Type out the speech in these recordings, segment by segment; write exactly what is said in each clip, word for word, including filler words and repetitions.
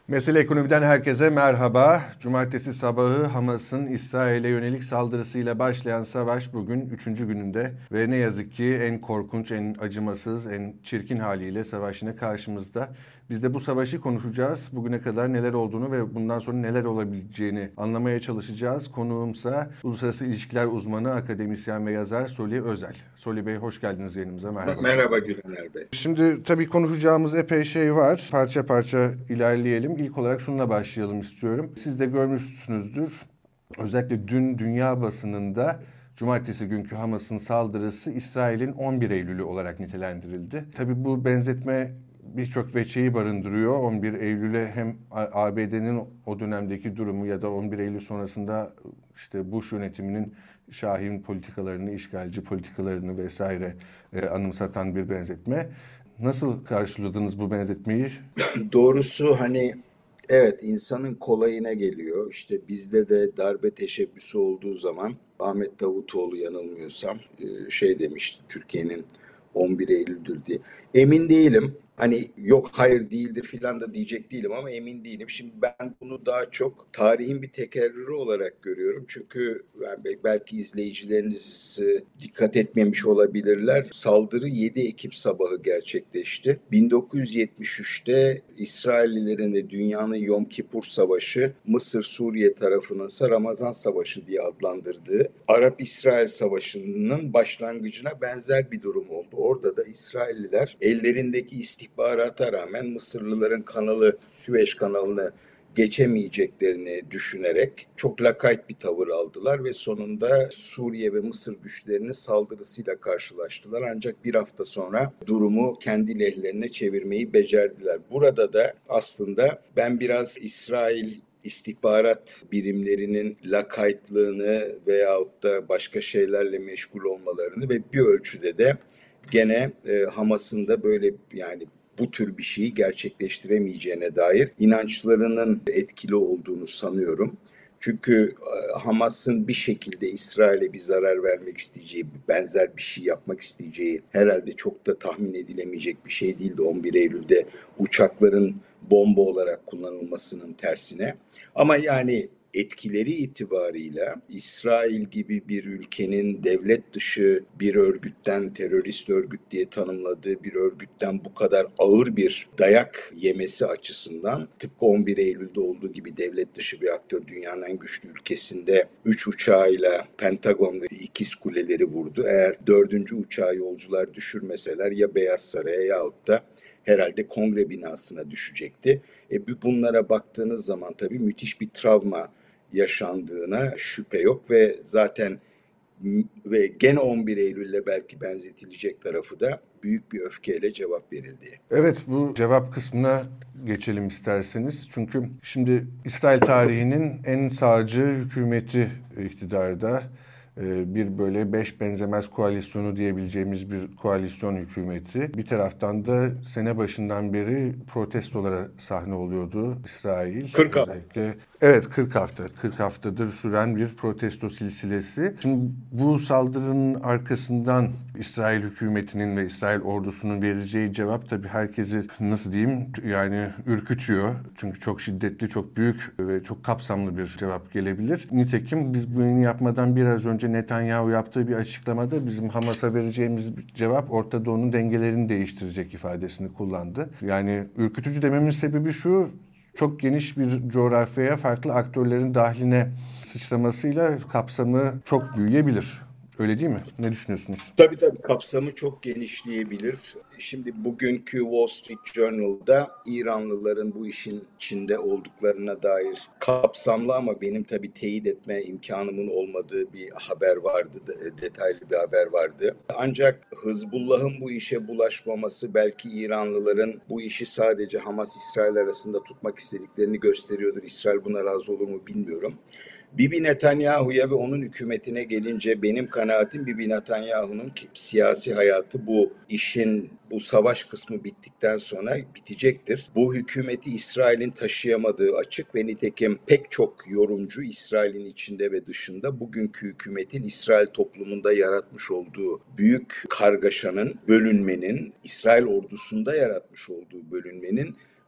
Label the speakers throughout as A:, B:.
A: Mesele Ekonomi'den herkese merhaba. Cumartesi sabahı Hamas'ın İsrail'e yönelik saldırısıyla başlayan savaş bugün üçüncü gününde ve ne yazık ki en korkunç, en acımasız, en çirkin haliyle savaş yine karşımızda. Biz de bu savaşı konuşacağız. Bugüne kadar neler olduğunu ve bundan sonra neler olabileceğini anlamaya çalışacağız. Konuğumsa Uluslararası İlişkiler Uzmanı, akademisyen ve yazar Solih Özel. Solih Bey hoş geldiniz yayınımıza. Merhaba.
B: Merhaba Gülener Bey.
A: Şimdi tabii konuşacağımız epey şey var. Parça parça ilerleyelim. İlk olarak şununla başlayalım istiyorum. Siz de görmüşsünüzdür. Özellikle dün dünya basınında Cumartesi günkü Hamas'ın saldırısı İsrail'in on bir Eylül'ü olarak nitelendirildi. Tabii bu benzetme birçok veçeyi barındırıyor. on bir Eylül'e hem A B D'nin o dönemdeki durumu ya da on bir Eylül sonrasında işte Bush yönetiminin şahin politikalarını, işgalci politikalarını vesaire e, anımsatan bir benzetme. Nasıl karşıladınız bu benzetmeyi?
B: Doğrusu hani evet insanın kolayına geliyor. İşte bizde de darbe teşebbüsü olduğu zaman Ahmet Davutoğlu yanılmıyorsam e, şey demişti, Türkiye'nin on bir Eylül'dür diye. Emin değilim. Hani yok hayır değildir filan da diyecek değilim ama emin değilim. Şimdi ben bunu daha çok tarihin bir tekerrürü olarak görüyorum. Çünkü yani belki izleyicileriniz e, dikkat etmemiş olabilirler. Saldırı yedi Ekim sabahı gerçekleşti. bin dokuz yüz yetmiş üçte İsraillilerin ve dünyanın Yom Kipur Savaşı, Mısır-Suriye tarafının ise Ramazan Savaşı diye adlandırdığı Arap-İsrail Savaşı'nın başlangıcına benzer bir durum oldu. Orada da İsrailliler ellerindeki istihbarata rağmen Mısırlıların kanalı, Süveyş kanalını geçemeyeceklerini düşünerek çok lakayt bir tavır aldılar ve sonunda Suriye ve Mısır güçlerinin saldırısıyla karşılaştılar. Ancak bir hafta sonra durumu kendi lehlerine çevirmeyi becerdiler. Burada da aslında ben biraz İsrail istihbarat birimlerinin lakaytlığını veyahut da başka şeylerle meşgul olmalarını ve bir ölçüde de gene e, Hamas'ın da böyle yani bu tür bir şeyi gerçekleştiremeyeceğine dair inançlarının etkili olduğunu sanıyorum. Çünkü e, Hamas'ın bir şekilde İsrail'e bir zarar vermek isteyeceği, benzer bir şey yapmak isteyeceği herhalde çok da tahmin edilemeyecek bir şey değildi. on bir Eylül'de uçakların bomba olarak kullanılmasının tersine. Ama yani etkileri itibarıyla İsrail gibi bir ülkenin devlet dışı bir örgütten, terörist örgüt diye tanımladığı bir örgütten bu kadar ağır bir dayak yemesi açısından, tıpkı on bir Eylül'de olduğu gibi devlet dışı bir aktör dünyanın en güçlü ülkesinde üç uçağıyla Pentagon ve ikiz kuleleri vurdu. Eğer dördüncü uçağı yolcular düşürmeseler ya Beyaz Saray'a yahut da herhalde kongre binasına düşecekti. E, bunlara baktığınız zaman tabii müthiş bir travma yaşandığına şüphe yok ve zaten ve gene on bir Eylül'le belki benzetilecek tarafı da büyük bir öfkeyle cevap verildi.
A: Evet, bu cevap kısmına geçelim isterseniz. Çünkü şimdi İsrail tarihinin en sağcı hükümeti iktidarda. Bir böyle beş benzemez koalisyonu diyebileceğimiz bir koalisyon hükümeti. Bir taraftan da sene başından beri protestolara sahne oluyordu İsrail.
B: kırk
A: Özellikle evet kırk hafta, kırk haftadır süren bir protesto silsilesi. Şimdi bu saldırının arkasından İsrail hükümetinin ve İsrail ordusunun vereceği cevap tabii herkesi nasıl diyeyim yani ürkütüyor. Çünkü çok şiddetli, çok büyük ve çok kapsamlı bir cevap gelebilir. Nitekim biz bu yayını yapmadan biraz önce Netanyahu yaptığı bir açıklamada bizim Hamas'a vereceğimiz cevap Orta Doğu'nun dengelerini değiştirecek ifadesini kullandı. Yani ürkütücü dememin sebebi şu: çok geniş bir coğrafyaya farklı aktörlerin dahline sıçramasıyla kapsamı çok büyüyebilir. Öyle değil mi? Ne düşünüyorsunuz?
B: Tabii tabii kapsamı çok genişleyebilir. Şimdi bugünkü Wall Street Journal'da İranlıların bu işin içinde olduklarına dair kapsamlı ama benim tabii teyit etme imkanımın olmadığı bir haber vardı, detaylı bir haber vardı. Ancak Hızbullah'ın bu işe bulaşmaması belki İranlıların bu işi sadece Hamas-İsrail arasında tutmak istediklerini gösteriyordur. İsrail buna razı olur mu bilmiyorum. Bibi Netanyahu'ya ve onun hükümetine gelince benim kanaatim Bibi Netanyahu'nun siyasi hayatı bu işin, bu savaş kısmı bittikten sonra bitecektir. Bu hükümeti İsrail'in taşıyamadığı açık ve nitekim pek çok yorumcu İsrail'in içinde ve dışında bugünkü hükümetin İsrail toplumunda yaratmış olduğu büyük kargaşanın, bölünmenin, İsrail ordusunda yaratmış olduğu bölünmenin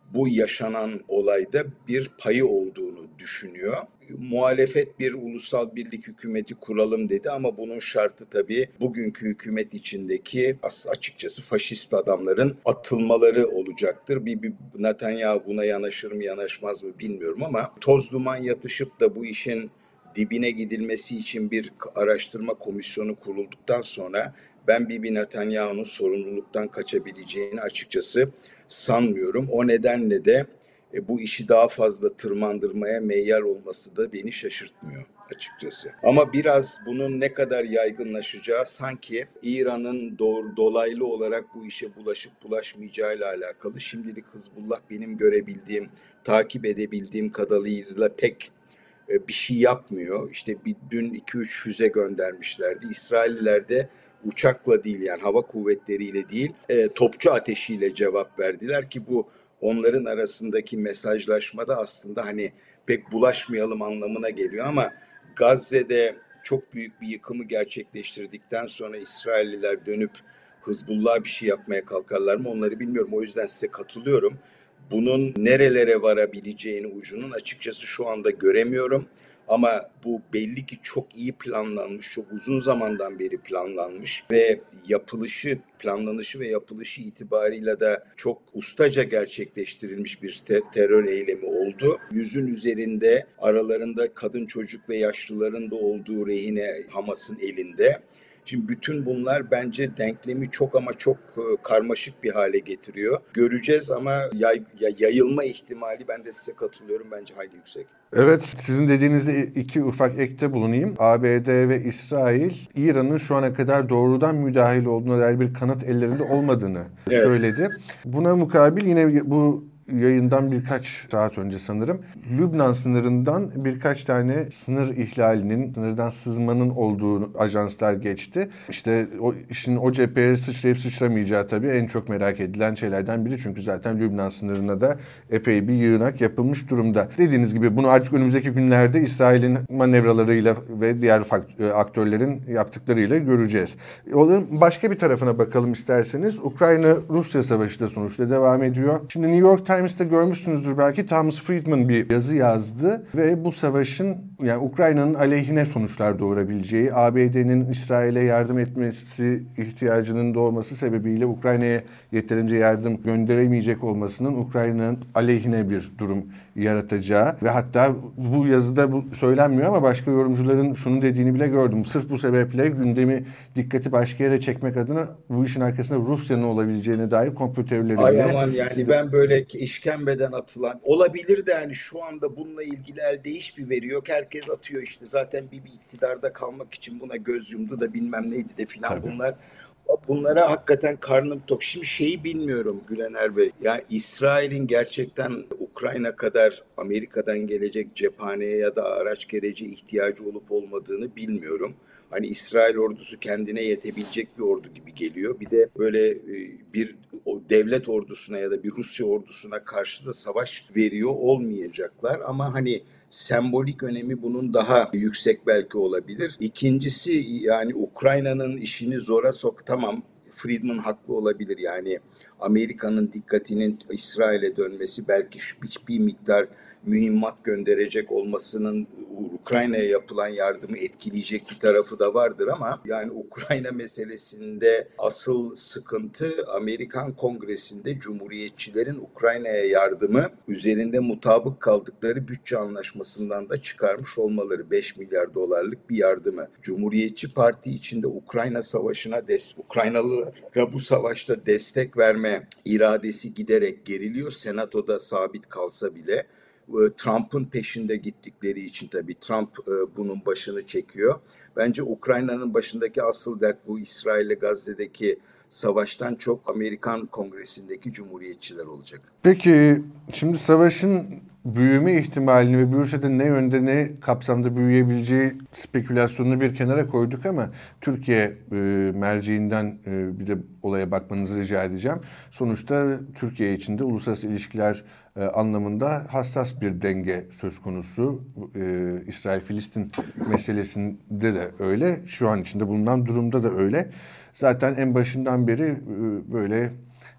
B: bu yaşanan olayda bir payı olduğunu düşünüyor. Muhalefet bir ulusal birlik hükümeti kuralım dedi ama bunun şartı tabii bugünkü hükümet içindeki açıkçası faşist adamların atılmaları olacaktır. Bir, bir Netanyahu buna yanaşır mı yanaşmaz mı bilmiyorum ama toz duman yatışıp da bu işin dibine gidilmesi için bir araştırma komisyonu kurulduktan sonra ben Bibi Netanyahu'nun sorumluluktan kaçabileceğini açıkçası sanmıyorum. O nedenle de e, bu işi daha fazla tırmandırmaya meyyal olması da beni şaşırtmıyor açıkçası. Ama biraz bunun ne kadar yaygınlaşacağı sanki İran'ın doğru, dolaylı olarak bu işe bulaşıp bulaşmayacağıyla alakalı. Şimdilik Hizbullah benim görebildiğim, takip edebildiğim kadarıyla pek bir şey yapmıyor. İşte bir, dün iki üç füze göndermişlerdi. İsrailliler de uçakla değil yani hava kuvvetleriyle değil e, topçu ateşiyle cevap verdiler ki bu onların arasındaki mesajlaşmada aslında hani pek bulaşmayalım anlamına geliyor ama Gazze'de çok büyük bir yıkımı gerçekleştirdikten sonra İsrailliler dönüp Hizbullah'a bir şey yapmaya kalkarlar mı onları bilmiyorum. O yüzden size katılıyorum. Bunun nerelere varabileceğini ucunun açıkçası şu anda göremiyorum. Ama bu belli ki çok iyi planlanmış, çok uzun zamandan beri planlanmış ve yapılışı, planlanışı ve yapılışı itibarıyla da çok ustaca gerçekleştirilmiş bir ter- terör eylemi oldu. Yüzün üzerinde aralarında kadın, çocuk ve yaşlıların da olduğu rehine Hamas'ın elinde. Şimdi bütün bunlar bence denklemi çok ama çok e, karmaşık bir hale getiriyor. Göreceğiz ama yay, yayılma ihtimali ben de size katılıyorum bence hayli yüksek.
A: Evet, sizin dediğinizde iki ufak ekte bulunayım. A B D ve İsrail, İran'ın şu ana kadar doğrudan müdahil olduğuna dair bir kanıt ellerinde olmadığını
B: Evet.
A: söyledi. Buna mukabil yine bu yayından birkaç saat önce sanırım Lübnan sınırından birkaç tane sınır ihlalinin, sınırdan sızmanın olduğu ajanslar geçti. İşte o işin o cepheye sıçrayıp sıçramayacağı tabii en çok merak edilen şeylerden biri. Çünkü zaten Lübnan sınırına da epey bir yığınak yapılmış durumda. Dediğiniz gibi bunu artık önümüzdeki günlerde İsrail'in manevralarıyla ve diğer aktörlerin yaptıklarıyla göreceğiz. Onun başka bir tarafına bakalım isterseniz. Ukrayna-Rusya savaşı da sonuçta devam ediyor. Şimdi New York Times'ta görmüşsünüzdür belki, Thomas Friedman bir yazı yazdı ve bu savaşın yani Ukrayna'nın aleyhine sonuçlar doğurabileceği, A B D'nin İsrail'e yardım etmesi ihtiyacının doğması sebebiyle Ukrayna'ya yeterince yardım gönderemeyecek olmasının Ukrayna'nın aleyhine bir durum yaratacağı ve hatta bu yazıda bu söylenmiyor ama başka yorumcuların şunu dediğini bile gördüm. Sırf bu sebeple gündemi, dikkati başka yere çekmek adına bu işin arkasında Rusya'nın olabileceğine dair komplo teorileri
B: Ay
A: bile.
B: aman yani ben böyle işkembeden atılan olabilir de yani şu anda bununla ilgili elde hiçbir veri yok. Herkes atıyor işte zaten bir, bir iktidarda kalmak için buna göz yumdu da bilmem neydi de filan bunlar. Bunlara hakikaten karnım tok. Şimdi şeyi bilmiyorum Gülener Bey. Yani İsrail'in gerçekten Ukrayna kadar Amerika'dan gelecek cephaneye ya da araç gereci ihtiyacı olup olmadığını bilmiyorum. Hani İsrail ordusu kendine yetebilecek bir ordu gibi geliyor. Bir de böyle bir o devlet ordusuna ya da bir Rusya ordusuna karşı da savaş veriyor olmayacaklar. Ama hani sembolik önemi bunun daha yüksek belki olabilir. İkincisi yani Ukrayna'nın işini zora sok. Tamam, Friedman haklı olabilir. Yani Amerika'nın dikkatinin İsrail'e dönmesi belki bir miktar mühimmat gönderecek olmasının Ukrayna'ya yapılan yardımı etkileyecek bir tarafı da vardır ama yani Ukrayna meselesinde asıl sıkıntı Amerikan Kongresi'nde Cumhuriyetçilerin Ukrayna'ya yardımı üzerinde mutabık kaldıkları bütçe anlaşmasından da çıkarmış olmaları. beş milyar dolarlık bir yardımı. Cumhuriyetçi Parti içinde Ukrayna Savaşı'na destek, Ukraynalılara bu savaşta destek verme iradesi giderek geriliyor. Senatoda sabit kalsa bile Trump'ın peşinde gittikleri için tabii Trump bunun başını çekiyor. Bence Ukrayna'nın başındaki asıl dert bu İsrail ile Gazze'deki savaştan çok Amerikan Kongresi'ndeki cumhuriyetçiler olacak.
A: Peki şimdi savaşın büyüme ihtimalini ve büyürse de ne yönde ne kapsamda büyüyebileceği spekülasyonunu bir kenara koyduk ama Türkiye e, merceğinden e, bir de olaya bakmanızı rica edeceğim. Sonuçta Türkiye içinde uluslararası ilişkiler e, anlamında hassas bir denge söz konusu. E, İsrail-Filistin meselesinde de öyle. Şu an içinde bulunan durumda da öyle. Zaten en başından beri e, böyle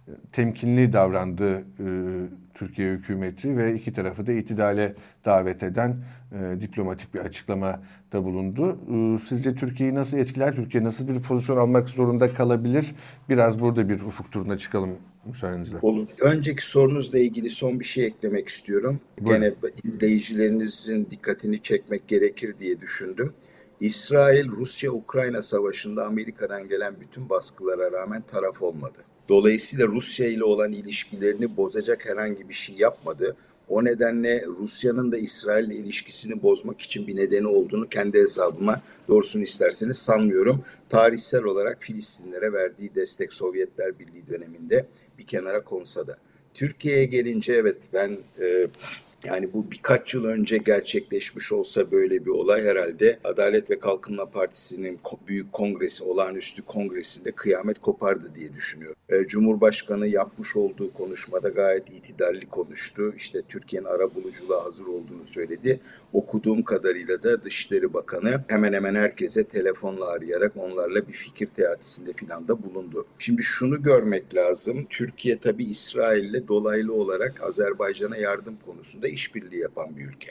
A: temkinli davrandı e, Türkiye hükümeti ve iki tarafı da itidale davet eden e, diplomatik bir açıklama da bulundu. E, sizce Türkiye'yi nasıl etkiler? Türkiye nasıl bir pozisyon almak zorunda kalabilir? Biraz burada bir ufuk turuna çıkalım müsaadenizle.
B: Olur. Önceki sorunuzla ilgili son bir şey eklemek istiyorum.
A: Buyurun.
B: Gene izleyicilerinizin dikkatini çekmek gerekir diye düşündüm. İsrail, Rusya-Ukrayna savaşında Amerika'dan gelen bütün baskılara rağmen taraf olmadı. Dolayısıyla Rusya ile olan ilişkilerini bozacak herhangi bir şey yapmadı. O nedenle Rusya'nın da İsrail ile ilişkisini bozmak için bir nedeni olduğunu kendi hesabıma, doğrusunu isterseniz sanmıyorum. Tarihsel olarak Filistinlere verdiği destek Sovyetler Birliği döneminde bir kenara konsa da. Türkiye'ye gelince evet ben e, yani bu birkaç yıl önce gerçekleşmiş olsa böyle bir olay herhalde Adalet ve Kalkınma Partisi'nin büyük kongresi, olağanüstü kongresinde kıyamet kopardı diye düşünüyorum. E, Cumhurbaşkanı yapmış olduğu konuşmada gayet itidarlı konuştu. İşte Türkiye'nin arabuluculuğa hazır olduğunu söyledi. Okuduğum kadarıyla da Dışişleri Bakanı hemen hemen herkese telefonla arayarak onlarla bir fikir teatisinde filan da bulundu. Şimdi şunu görmek lazım. Türkiye tabii İsrail'le dolaylı olarak Azerbaycan'a yardım konusunda işbirliği yapan bir ülke.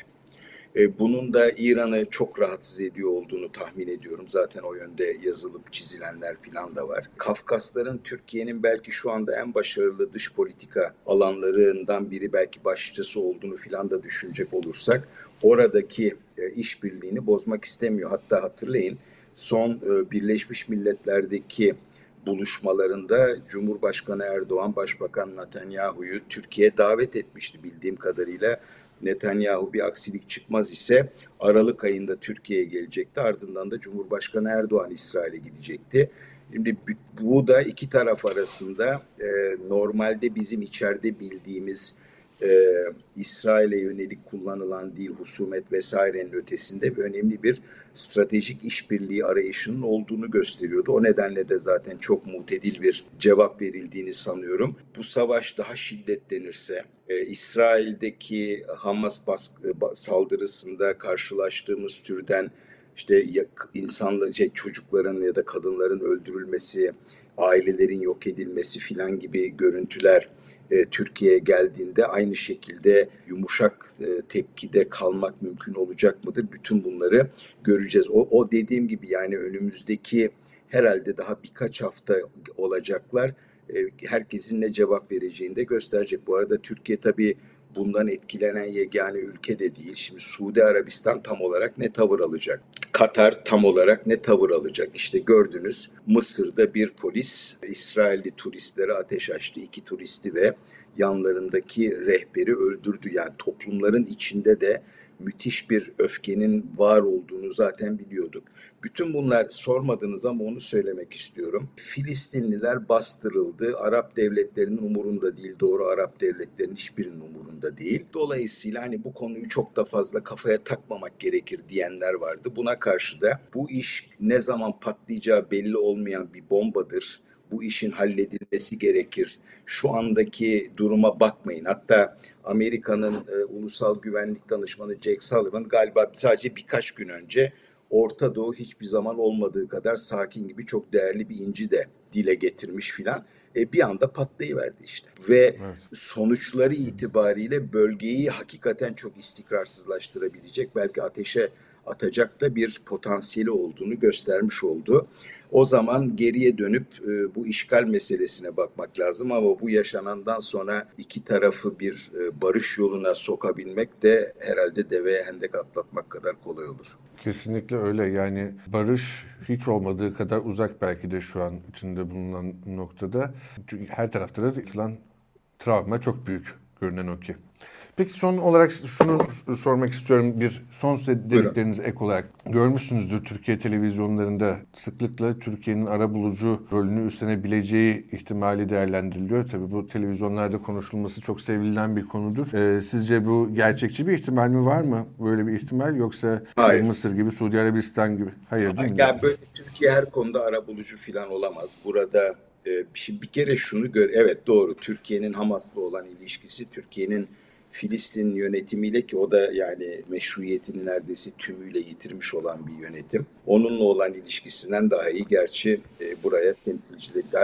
B: Bunun da İran'ı çok rahatsız ediyor olduğunu tahmin ediyorum. Zaten o yönde yazılıp çizilenler filan da var. Kafkasların Türkiye'nin belki şu anda en başarılı dış politika alanlarından biri, belki başlıcası olduğunu filan da düşünecek olursak oradaki işbirliğini bozmak istemiyor. Hatta hatırlayın son Birleşmiş Milletler'deki buluşmalarında Cumhurbaşkanı Erdoğan, Başbakan Netanyahu'yu Türkiye'ye davet etmişti bildiğim kadarıyla. Netanyahu bir aksilik çıkmaz ise Aralık ayında Türkiye'ye gelecekti. Ardından da Cumhurbaşkanı Erdoğan İsrail'e gidecekti. Şimdi bu da iki taraf arasında e, normalde bizim içeride bildiğimiz e, İsrail'e yönelik kullanılan dil, husumet vesairenin ötesinde bir önemli bir stratejik işbirliği arayışının olduğunu gösteriyordu. O nedenle de zaten çok mutedil bir cevap verildiğini sanıyorum. Bu savaş daha şiddetlenirse, e, İsrail'deki Hamas baskı, saldırısında karşılaştığımız türden işte insanla, şey, çocukların ya da kadınların öldürülmesi, ailelerin yok edilmesi filan gibi görüntüler e, Türkiye'ye geldiğinde aynı şekilde yumuşak e, tepkide kalmak mümkün olacak mıdır? Bütün bunları göreceğiz. O, o dediğim gibi yani önümüzdeki herhalde daha birkaç hafta olacaklar. E, herkesin ne cevap vereceğini de gösterecek. Bu arada Türkiye tabii bundan etkilenen yegane ülke de değil. Şimdi Suudi Arabistan tam olarak ne tavır alacak? Katar tam olarak ne tavır alacak? İşte gördünüz, Mısır'da bir polis İsrailli turistlere ateş açtı. İki turisti ve yanlarındaki rehberi öldürdü. Yani toplumların içinde de müthiş bir öfkenin var olduğunu zaten biliyorduk. Bütün bunlar sormadınız ama onu söylemek istiyorum. Filistinliler bastırıldı. Arap devletlerinin umurunda değil. Doğru, Arap devletlerinin hiçbirinin umurunda değil. Dolayısıyla hani bu konuyu çok da fazla kafaya takmamak gerekir diyenler vardı. Buna karşı da bu iş ne zaman patlayacağı belli olmayan bir bombadır. Bu işin halledilmesi gerekir. Şu andaki duruma bakmayın. Hatta Amerika'nın e, Ulusal Güvenlik Danışmanı Jake Sullivan galiba sadece birkaç gün önce Orta Doğu hiçbir zaman olmadığı kadar sakin gibi çok değerli bir inci de dile getirmiş filan. E, bir anda patlayıverdi işte. Ve evet, sonuçları itibariyle bölgeyi hakikaten çok istikrarsızlaştırabilecek, belki ateşe atacak da bir potansiyeli olduğunu göstermiş oldu. O zaman geriye dönüp e, bu işgal meselesine bakmak lazım ama bu yaşanandan sonra iki tarafı bir e, barış yoluna sokabilmek de herhalde deveye hendek atlatmak kadar kolay olur.
A: Kesinlikle öyle. Yani barış hiç olmadığı kadar uzak belki de şu an içinde bulunan noktada. Çünkü her tarafta da yıkılan travma çok büyük, görünen o ki. Peki son olarak şunu sormak istiyorum, bir son dediklerinize ek olarak. Görmüşsünüzdür Türkiye televizyonlarında sıklıkla Türkiye'nin arabulucu rolünü üstlenebileceği ihtimali değerlendiriliyor. Tabii bu televizyonlarda konuşulması çok sevilen bir konudur. Ee, sizce bu gerçekçi bir ihtimal mi, var mı böyle bir ihtimal, yoksa Hayır. Mısır gibi, Suudi Arabistan gibi? Hayır değil mi?
B: Yani böyle Türkiye her konuda arabulucu falan olamaz. Burada e, bir kere şunu gör, evet doğru, Türkiye'nin Hamas'la olan ilişkisi, Türkiye'nin Filistin yönetimiyle, ki o da yani meşruiyetini neredeyse tümüyle yitirmiş olan bir yönetim. Onunla olan ilişkisinden daha iyi. Gerçi e, buraya temsilciler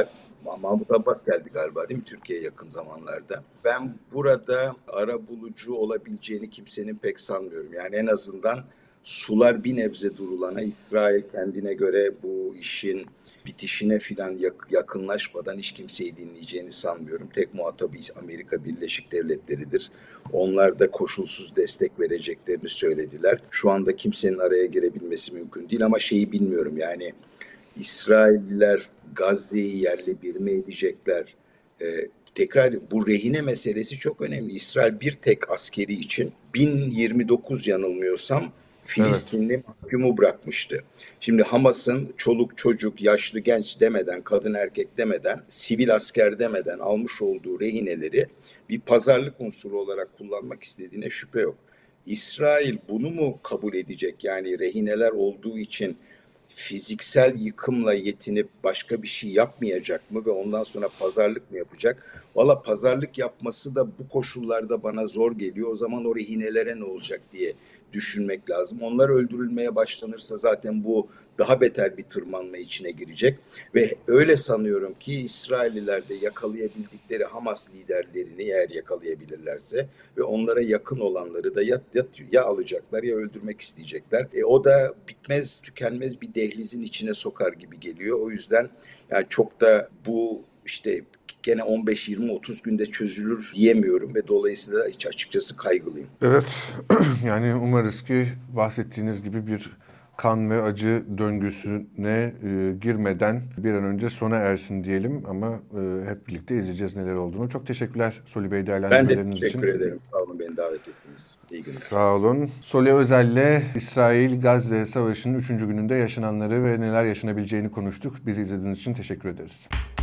B: Mahmut Abbas geldi galiba değil mi Türkiye'ye yakın zamanlarda. Ben burada ara bulucu olabileceğini kimsenin pek sanmıyorum. Yani en azından sular bir nebze durulana İsrail kendine göre bu işin bitişine filan yakınlaşmadan hiç kimseyi dinleyeceğini sanmıyorum. Tek muhatabı Amerika Birleşik Devletleri'dir. Onlar da koşulsuz destek vereceklerini söylediler. Şu anda kimsenin araya girebilmesi mümkün değil ama şeyi bilmiyorum yani İsrailliler Gazze'yi yerle bir mi edecekler? Ee, tekrar ediyorum, bu rehine meselesi çok önemli. İsrail bir tek askeri için bin yirmi dokuz yanılmıyorsam
A: Evet.
B: Filistinli mahkumu bırakmıştı. Şimdi Hamas'ın çoluk çocuk, yaşlı genç demeden, kadın erkek demeden, sivil asker demeden almış olduğu rehineleri bir pazarlık unsuru olarak kullanmak istediğine şüphe yok. İsrail bunu mu kabul edecek? Yani rehineler olduğu için fiziksel yıkımla yetinip başka bir şey yapmayacak mı ve ondan sonra pazarlık mı yapacak? Valla pazarlık yapması da bu koşullarda bana zor geliyor. O zaman o rehinelere ne olacak diye düşünmek lazım. Onlar öldürülmeye başlanırsa zaten bu daha beter bir tırmanma içine girecek. Ve öyle sanıyorum ki İsrailliler de yakalayabildikleri Hamas liderlerini eğer yakalayabilirlerse ve onlara yakın olanları da ya, ya, ya alacaklar ya öldürmek isteyecekler. E, o da bitmez tükenmez bir dehlizin içine sokar gibi geliyor. O yüzden yani çok da bu işte gene on beş yirmi otuz günde çözülür diyemiyorum ve dolayısıyla hiç açıkçası kaygılıyım.
A: Evet, yani umarız ki bahsettiğiniz gibi bir kan ve acı döngüsüne e, girmeden bir an önce sona ersin diyelim ama e, hep birlikte izleyeceğiz neler olduğunu. Çok teşekkürler Soli Bey
B: Ben de
A: değerlendirmeleriniz
B: teşekkür
A: için.
B: ederim. Sağ olun beni davet ettiniz. İyi günler.
A: Sağ olun. Soli Özel'le İsrail-Gazze Savaşı'nın üçüncü gününde yaşananları ve neler yaşanabileceğini konuştuk. Bizi izlediğiniz için teşekkür ederiz.